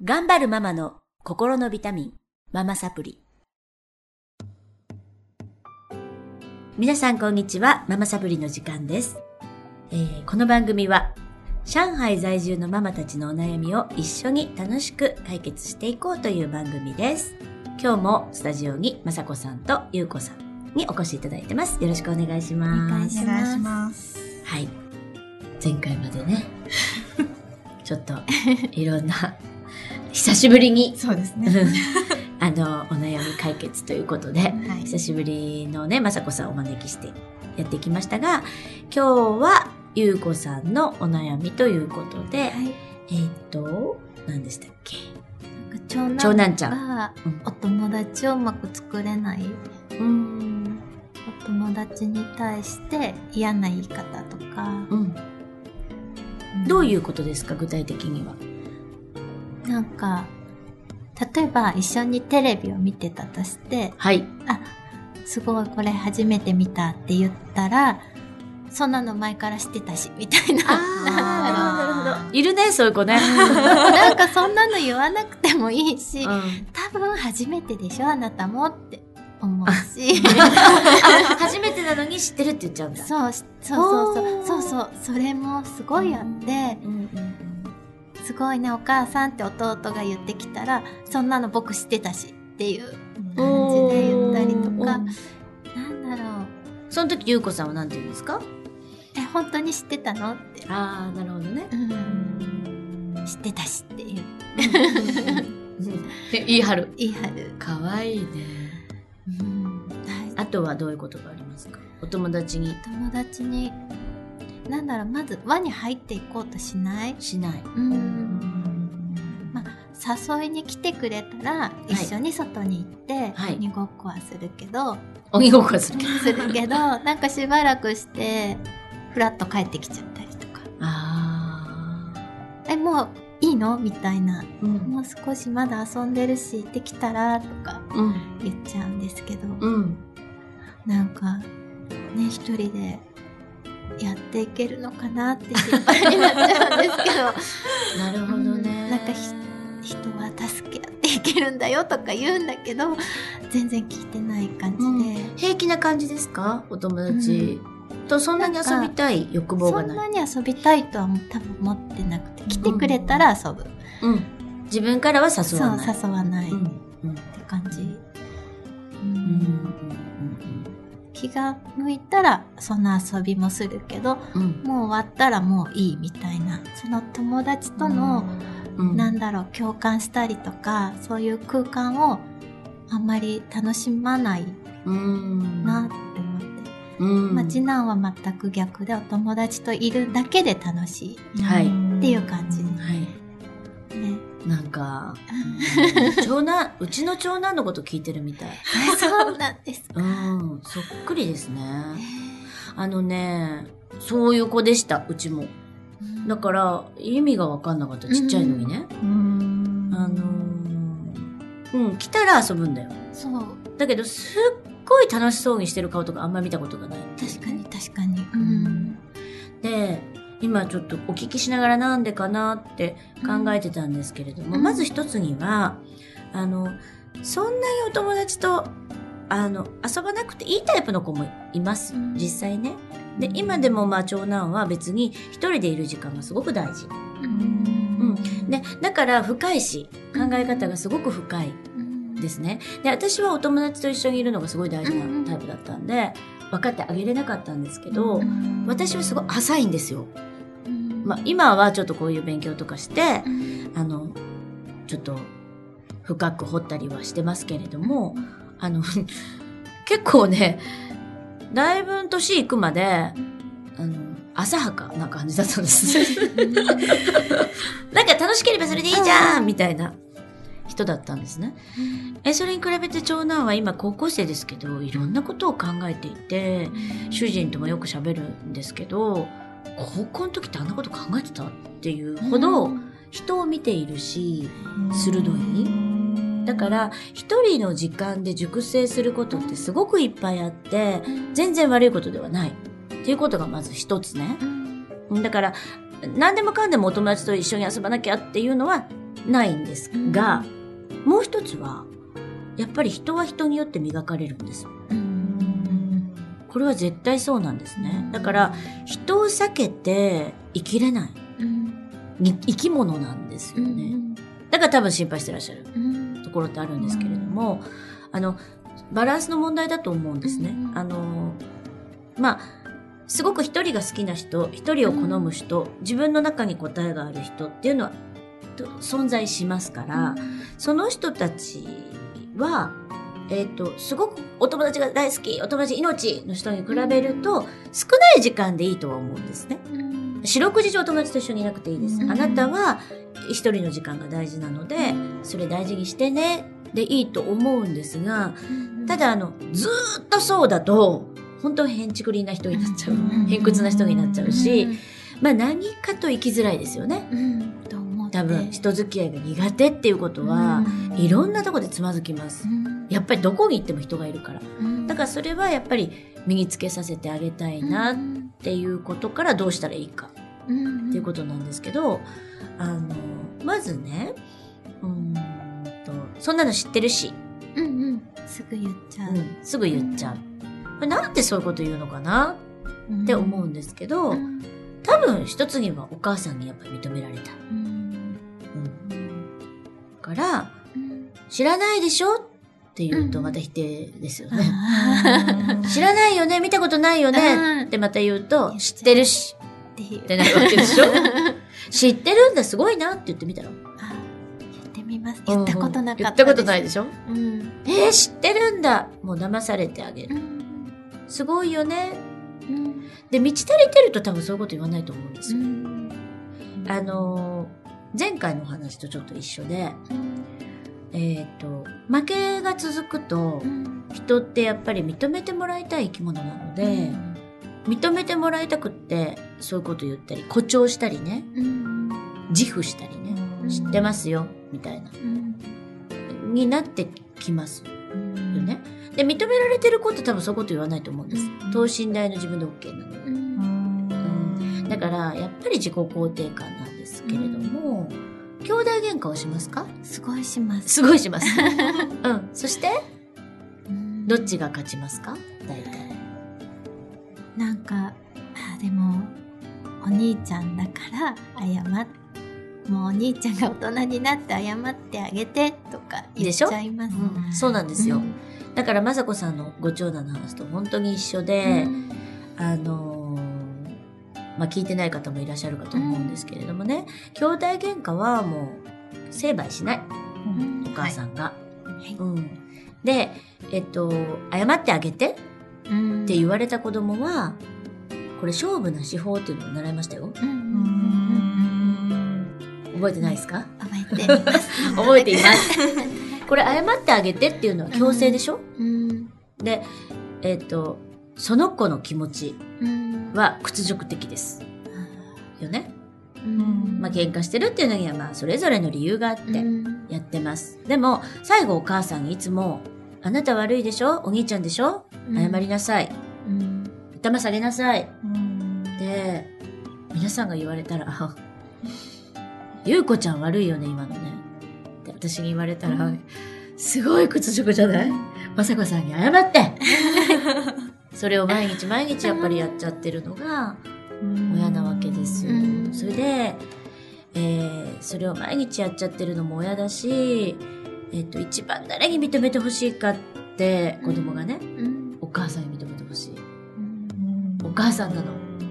頑張るママの心のビタミン、ママサプリ。皆さんこんにちは、ママサプリの時間です。この番組は上海在住のママたちのお悩みを一緒に楽しく解決していこうという番組です。今日もスタジオにまさこさんとゆうこさんにお越しいただいてます。よろしくお願いします。 お願いします。 はい。前回までね、ちょっといろんな久しぶりにそうですね。 お悩み解決ということで、はい、久しぶりのね、まさこさんをお招きしてやってきましたが、今日はゆうこさんのお悩みということで、はい、何でしたっけ？長男ちゃんがお友達をうまく作れない。お友達に対して嫌な言い方とか。 どういうことですか、具体的には。 なんか、例えば一緒にテレビを見てたとして、 はい。 あ、すごいこれ初めて見たって言ったら、そんなの前から知ってたし、みたいな。 なるほど。いるね、そういう子ね。 なんかそんなの言わなくてもいいし、多分初めてでしょ、あなたもって思うし。 初めてなのに知ってるって言っちゃうんだ。 そう、それもすごいあって、すごいね、お母さんって弟が言ってきたら、そんなの僕知ってたしっていう感じで言ったりとか、なんだろう。 その時ゆうこさんは何て言うんですか？ 本当に知ってたのって。 ああ、なるほどね。 知ってたしっていう。 言い張る。 言い張る。 かわいいね。あとはどういうことがありますか？お友達に。 なんだろう、まず輪に入っていこうとしない？ しない。 まあ、誘いに来てくれたら、一緒に外に行って、鬼ごっこはするけど、 鬼ごっこはするけど、なんかしばらくして、ふらっと帰ってきちゃったりとか。もういいのみたいな、もう少しまだ遊んでるし、できたらとか言っちゃうんですけど、なんか、ね、一人でやっていけるのかなって心配になっちゃうんですけど。 なるほどね。 なんか人は助け合っていけるんだよとか言うんだけど、全然聞いてない感じで。 平気な感じですか？お友達とそんなに遊びたい欲望がない。 そんなに遊びたいとは多分思ってなくて、来てくれたら遊ぶ。 自分からは誘わない。 そう、誘わないって感じ。気が向いたらその遊びもするけど、もう終わったらもういいみたいな、その友達との、なんだろう、共感したりとか、そういう空間をあんまり楽しまないなって思って。次男は全く逆で、お友達といるだけで楽しいっていう感じ。ね。 なんか、うちの長男のこと聞いてるみたい。 そうなんですか。 そっくりですね。そういう子でした、うちも。だから、意味がわかんなかった、ちっちゃいのにね。来たら遊ぶんだよ。 そう。 だけど、すっごい楽しそうにしてる顔とかあんまり見たことがない。 確かに。 で、今ちょっとお聞きしながらなんでかなって考えてたんですけれども、まず一つには、そんなにお友達と、遊ばなくていいタイプの子もいます。実際ね。で、今でも長男は別に一人でいる時間がすごく大事。で、だから深いし、考え方がすごく深いですね。で、私はお友達と一緒にいるのがすごい大事なタイプだったんで、分かってあげれなかったんですけど、私はすごい浅いんですよ。今はちょっとこういう勉強とかして、ちょっと深く掘ったりはしてますけれども、結構ね、だいぶ年いくまで、浅はかな感じだったんです。なんか楽しければそれでいいじゃんみたいな人だったんですね。それに比べて長男は今高校生ですけど、いろんなことを考えていて、主人ともよく喋るんですけど、高校の時ってあんなこと考えてたっていうほど人を見ているし、鋭い。だから一人の時間で熟成することってすごくいっぱいあって、全然悪いことではないっていうことがまず一つね。だから何でもかんでもお友達と一緒に遊ばなきゃっていうのはないんですが、もう一つは、やっぱり人は人によって磨かれるんです。これは絶対そうなんですね。だから、人を避けて生きれない。生き物なんですよね。だから多分心配してらっしゃるところってあるんですけれども、バランスの問題だと思うんですね。すごく一人が好きな人、一人を好む人、自分の中に答えがある人っていうのは存在しますから、その人たちは、すごくお友達が大好き、お友達命の人に比べると、少ない時間でいいとは思うんですね。四六時中お友達と一緒にいなくていいです。あなたは一人の時間が大事なので、それ大事にしてね、でいいと思うんですが、ただずーっとそうだと、本当にへんちくりんな人になっちゃう。偏屈な人になっちゃうし、何かと生きづらいですよね。多分、人付き合いが苦手っていうことは、いろんなとこでつまずきます。やっぱりどこに行っても人がいるから。だからそれはやっぱり身につけさせてあげたいなっていうことからどうしたらいいかっていうことなんですけど、まずね、そんなの知ってるし。 すぐ言っちゃう。 すぐ言っちゃう。なんでそういうこと言うのかなって思うんですけど、多分一つにはお母さんにやっぱり認められた。から、知らないでしょって言うとまた否定ですよね。知らないよね、見たことないよねってまた言うと、知ってるしってなるわけでしょ。知ってるんだ、すごいなって言ってみたら。 言ってみます。言ったことなかったです。 言ったことないでしょ。知ってるんだ。もう騙されてあげる。すごいよね。で、満ち足りてると多分そういうこと言わないと思うんですよ。前回のお話とちょっと一緒で、負けが続くと、人ってやっぱり認めてもらいたい生き物なので、認めてもらいたくって、そういうこと言ったり、誇張したりね、自負したりね、知ってますよ、みたいな、になってきますよね。で、認められてる子って多分そういうこと言わないと思うんです。等身大の自分で OK なので。だから、やっぱり自己肯定感なんですけれども、兄弟喧嘩をしますか？ すごいします。 すごいします。そして、どっちが勝ちますか？大体。 なんか、でも、お兄ちゃんだからもうお兄ちゃんが大人になって謝ってあげてとか言っちゃいます。 そうなんですよ。だから、まさこさんのご長男の話と本当に一緒で、聞いてない方もいらっしゃるかと思うんですけれどもね、兄弟喧嘩はもう、成敗しない。お母さんが。で、謝ってあげてって言われた子供は、これ勝負な手法っていうのを習いましたよ。覚えてないですか？ 覚えています。 覚えています。これ謝ってあげてっていうのは強制でしょ？で、その子の気持ちは屈辱的です。よね？喧嘩してるっていうのにはそれぞれの理由があってやってます。でも、最後お母さんにいつも、あなた悪いでしょ？お兄ちゃんでしょ？謝りなさい。頭下げなさい。で、皆さんが言われたら、ゆうこちゃん悪いよね、今のね。って私に言われたら、すごい屈辱じゃない？まさこさんに謝ってそれを毎日毎日やっぱりやっちゃってるのが親なわけですよ。それで、それを毎日やっちゃってるのも親だし、一番誰に認めてほしいかって子供がね、お母さんに認めてほしい。お母さんなの。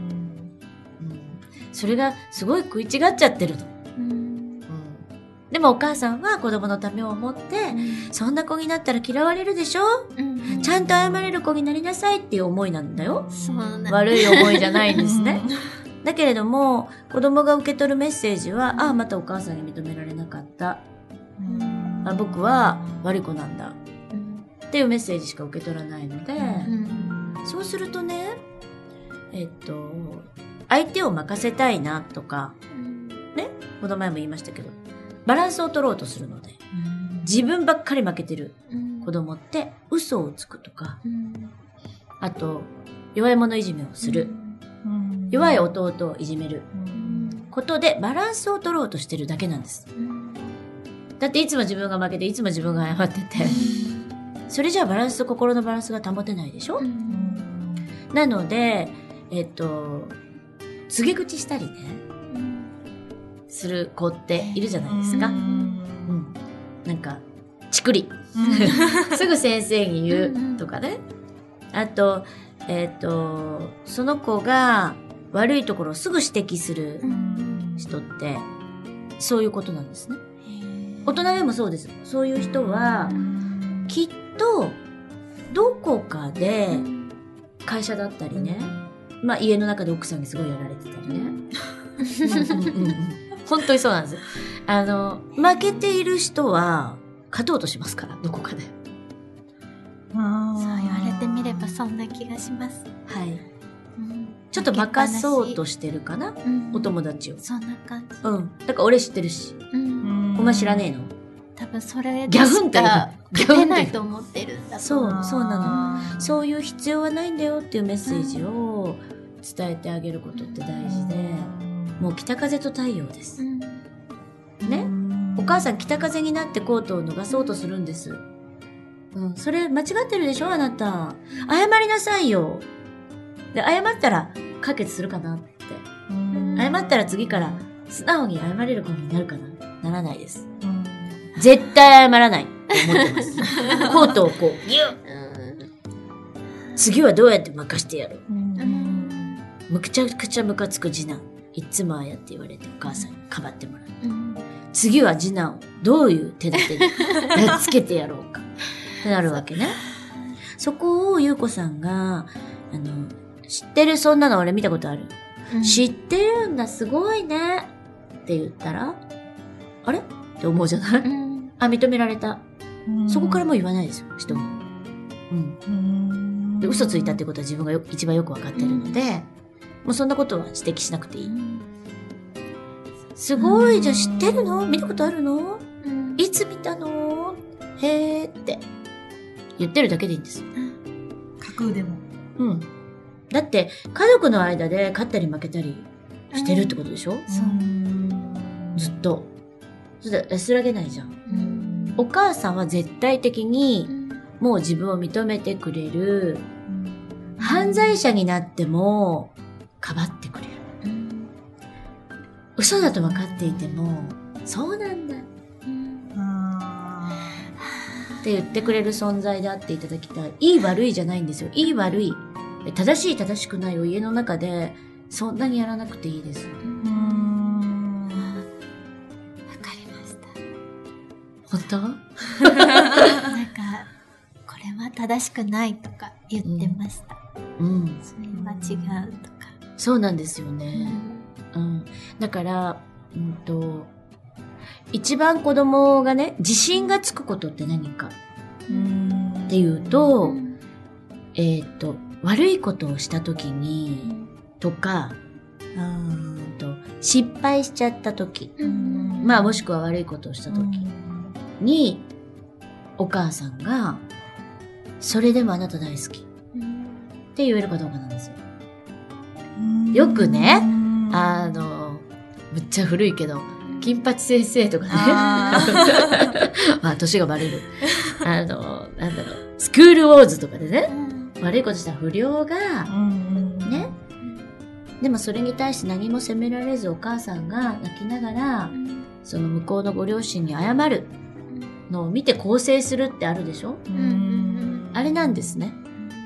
それがすごい食い違っちゃってるの。でもお母さんは子供のためを思って、そんな子になったら嫌われるでしょ？ちゃんと謝れる子になりなさいっていう思いなんだよ。悪い思いじゃないんですね。だけれども、子供が受け取るメッセージは、またお母さんに認められなかった。僕は悪い子なんだ。っていうメッセージしか受け取らないので、そうするとね、相手を任せたいなとか、ね、この前も言いましたけど、バランスを取ろうとするので、自分ばっかり負けてる子供って嘘をつくとか、あと弱い者いじめをする、弱い弟をいじめることでバランスを取ろうとしてるだけなんです。 だっていつも自分が負けて、いつも自分が謝ってて。それじゃあバランス、心のバランスが保てないでしょ、なので、告げ口したりね、する子っているじゃないですか。なんか、チクリ。すぐ先生に言うとかね。あと、その子が悪いところをすぐ指摘する人って、そういうことなんですね。大人でもそうです。そういう人は、きっと、どこかで、会社だったりね、まあ家の中で奥さんにすごいやられてたりね。本当にそうなんです。負けている人は、勝とうとしますから、どこかで。そう言われてみればそんな気がします。 はい。ちょっと負かそうとしてるかな、お友達を。 そんな感じ。 だから俺知ってるし。お前知らねえの？ 多分それでしか勝てないと思ってるんだと思う。 そうなの。そういう必要はないんだよっていうメッセージを伝えてあげることって大事で、もう北風と太陽です。ね？お母さん北風になってコートを脱がそうとするんです。それ間違ってるでしょあなた。謝りなさいよ。で、謝ったら解決するかなって。謝ったら次から素直に謝れる子になるかな？ならないです。絶対謝らないって思ってます。コートをこう、ギュッ次はどうやって任してやる？むちゃくちゃムカつく次男。いつもああやって言われてお母さんにかばってもらう。次は次男をどういう手立てでやっつけてやろうか。ってなるわけね。そこをゆうこさんが、知ってる、そんなの俺見たことある。知ってるんだ、すごいね。って言ったら、あれって思うじゃない、認められた。そこからもう言わないですよ、人も。で、嘘ついたってことは自分が一番よくわかってるので、もうそんなことは指摘しなくていい。すごい、じゃあ知ってるの？見たことあるの？いつ見たの？へーって言ってるだけでいいんですよ。 架空でも。 だって、家族の間で勝ったり負けたりしてるってことでしょ？ずっと。そしたら安らげないじゃん。お母さんは絶対的にもう自分を認めてくれる。犯罪者になってもかばってくれる。嘘だと分かっていても、そうなんだ。って言ってくれる存在であっていただきたい。いい悪いじゃないんですよ。いい悪い。正しい正しくないを家の中でそんなにやらなくていいです。わかりました。 本当？ なんか、これは正しくないとか言ってました。それは違うとか。 そうなんですよね。だから、一番子供がね、自信がつくことって何かっていうと、悪いことをした時に、とか、失敗しちゃった時、まあもしくは悪いことをした時に、お母さんが、それでもあなた大好きって言えるかどうかなんですよ。よくね、むっちゃ古いけど、金八先生とかね。まあ、年がバレる。なんだろう、スクールウォーズとかでね、悪いことした不良が、ね。でもそれに対して何も責められずお母さんが泣きながら、その向こうのご両親に謝るのを見て更生するってあるでしょ？あれなんですね。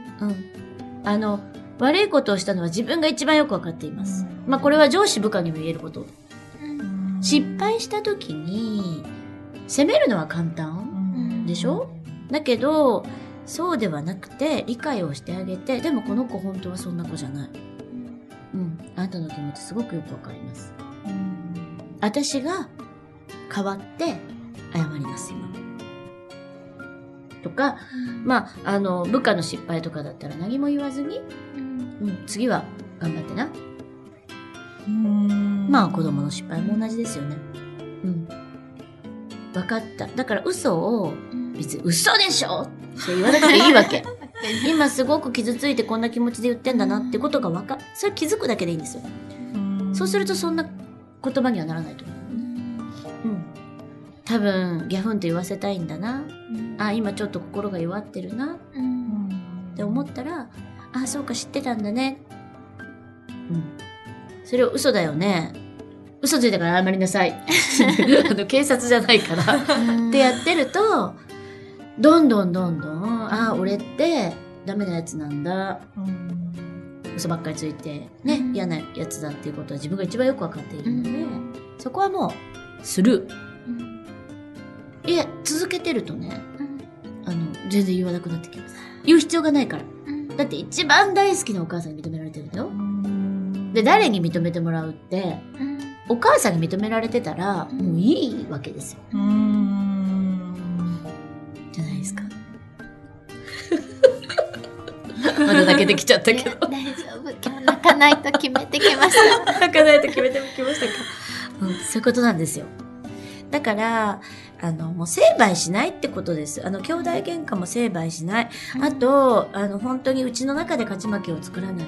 悪いことをしたのは自分が一番よくわかっています。まあこれは上司部下にも言えること。失敗した時に責めるのは簡単でしょ？だけどそうではなくて理解をしてあげて、でもこの子本当はそんな子じゃない。あなたの気持ちすごくよくわかります。私が代わって謝ります今。とか、まあ部下の失敗とかだったら何も言わずに、次は頑張ってな。まあ子供の失敗も同じですよね。分かった。だから嘘を、別に嘘でしょって言わなくていいわけ。今すごく傷ついてこんな気持ちで言ってんだなってことがそれ気づくだけでいいんですよ。そうするとそんな言葉にはならないと思う。 多分ギャフンと言わせたいんだな、あ、今ちょっと心が弱ってるなって思ったら、あ、そうか知ってたんだね、それを嘘だよね、嘘ついたから謝りなさい警察じゃないからってやってると、どんどんあ、俺ってダメなやつなんだ、嘘ばっかりついてね、嫌なやつだっていうことは自分が一番よくわかっているので、そこはもうスルー、いや続けてるとね、全然言わなくなってきます。言う必要がないから、だって一番大好きなお母さんに認められてるんだよ。で、誰に認めてもらうって、お母さんに認められてたらもういいわけですよ。じゃないですか。まだ泣けてきちゃったけど。 大丈夫。今日泣かないと決めてきました。 泣かないと決めてきましたか。そういうことなんですよ。だから、もう成敗しないってことです。兄弟喧嘩も成敗しない。あと、本当にうちの中で勝ち負けを作らない。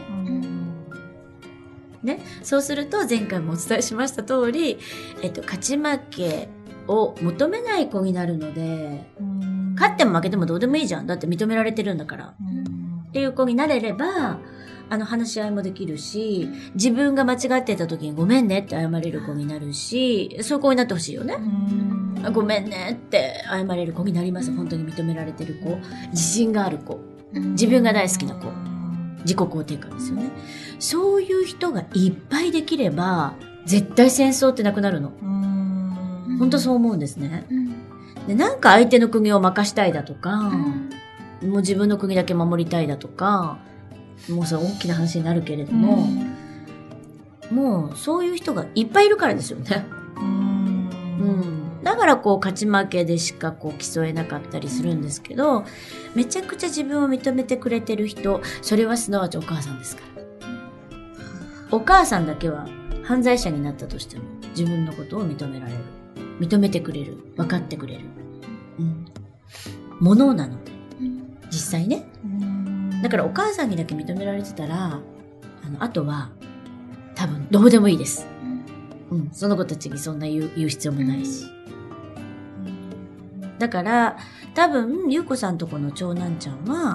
ね。そうすると、前回もお伝えしました通り、勝ち負けを求めない子になるので、勝っても負けてもどうでもいいじゃん。だって認められてるんだから。っていう子になれれば、話し合いもできるし、自分が間違ってた時にごめんねって謝れる子になるし、そういう子になってほしいよね。ごめんねって謝れる子になります。本当に認められてる子。自信がある子。自分が大好きな子。自己肯定感ですよね。そういう人がいっぱいできれば、絶対戦争ってなくなるの。本当そう思うんですね。で、なんか相手の国を任したいだとか、もう自分の国だけ守りたいだとか、もうそれ大きな話になるけれども、もうそういう人がいっぱいいるからですよね。だから勝ち負けでしか競えなかったりするんですけど、めちゃくちゃ自分を認めてくれてる人、それはすなわちお母さんですから。お母さんだけは犯罪者になったとしても自分のことを認められる。認めてくれる。分かってくれる。ものなので。実際ね。だからお母さんにだけ認められてたら、あとは多分どうでもいいです。その子たちにそんな言う必要もないし。だから多分ゆうこさんとこの長男ちゃんは、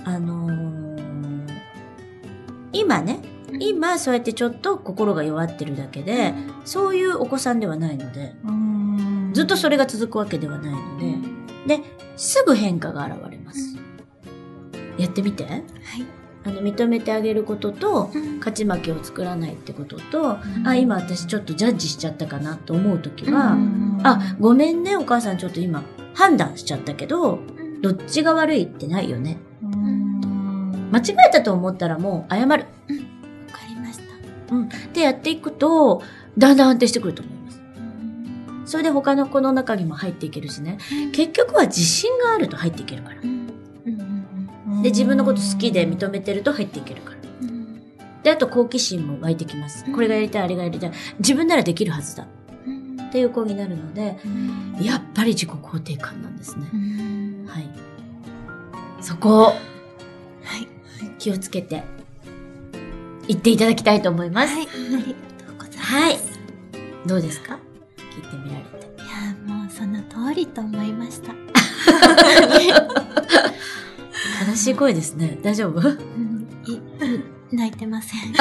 今そうやってちょっと心が弱ってるだけで、そういうお子さんではないので、ずっとそれが続くわけではないので、で、すぐ変化が現れます。やってみて。はい。認めてあげることと、勝ち負けを作らないってことと、今私ちょっとジャッジしちゃったかなと思うときは、ごめんね、お母さんちょっと今判断しちゃったけど、どっちが悪いってないよね。間違えたと思ったらもう謝る。 わかりました。 ってやっていくと、だんだん安定してくると思います。それで他の子の中にも入っていけるしね。結局は自信があると入っていけるから。で、自分のこと好きで認めてると入っていけるから。で、あと好奇心も湧いてきます。これがやりたい、あれがやりたい。自分ならできるはずだ。っていう子になるので、やっぱり自己肯定感なんですね。はい。そこを、気をつけて、言っていただきたいと思います。 はい。ありがとうございます。 はい。どうですか？聞いてみられて。 いや、もうその通りと思いました。 悲しい声ですね。大丈夫？ 泣いてません。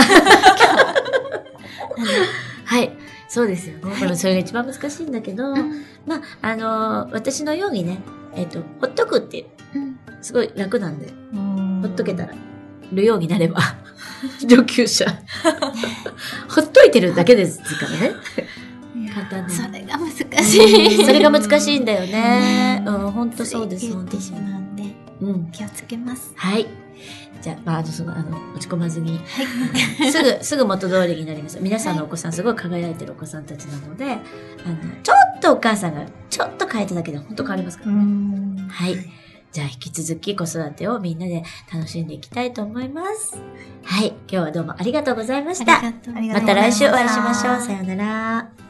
はい。そうですよね。でもそれが一番難しいんだけど、私のようにね、ほっとくっていう、すごい楽なんで、ほっとけたら、るようになれば、上級者。ほっといてるだけですからね。簡単に。 それが難しい。 それが難しいんだよね。本当そうです。 言ってしまうんで、気をつけます。 はい。じゃあ、落ち込まずに、すぐ元通りになります。皆さんのお子さん、すごい輝いてるお子さんたちなので、ちょっとお母さんがちょっと変えただけで本当変わりますからね。はい。じゃあ、引き続き子育てをみんなで楽しんでいきたいと思います。はい。今日はどうもありがとうございました。 ありがとうございました。 また来週お会いしましょう。さようなら。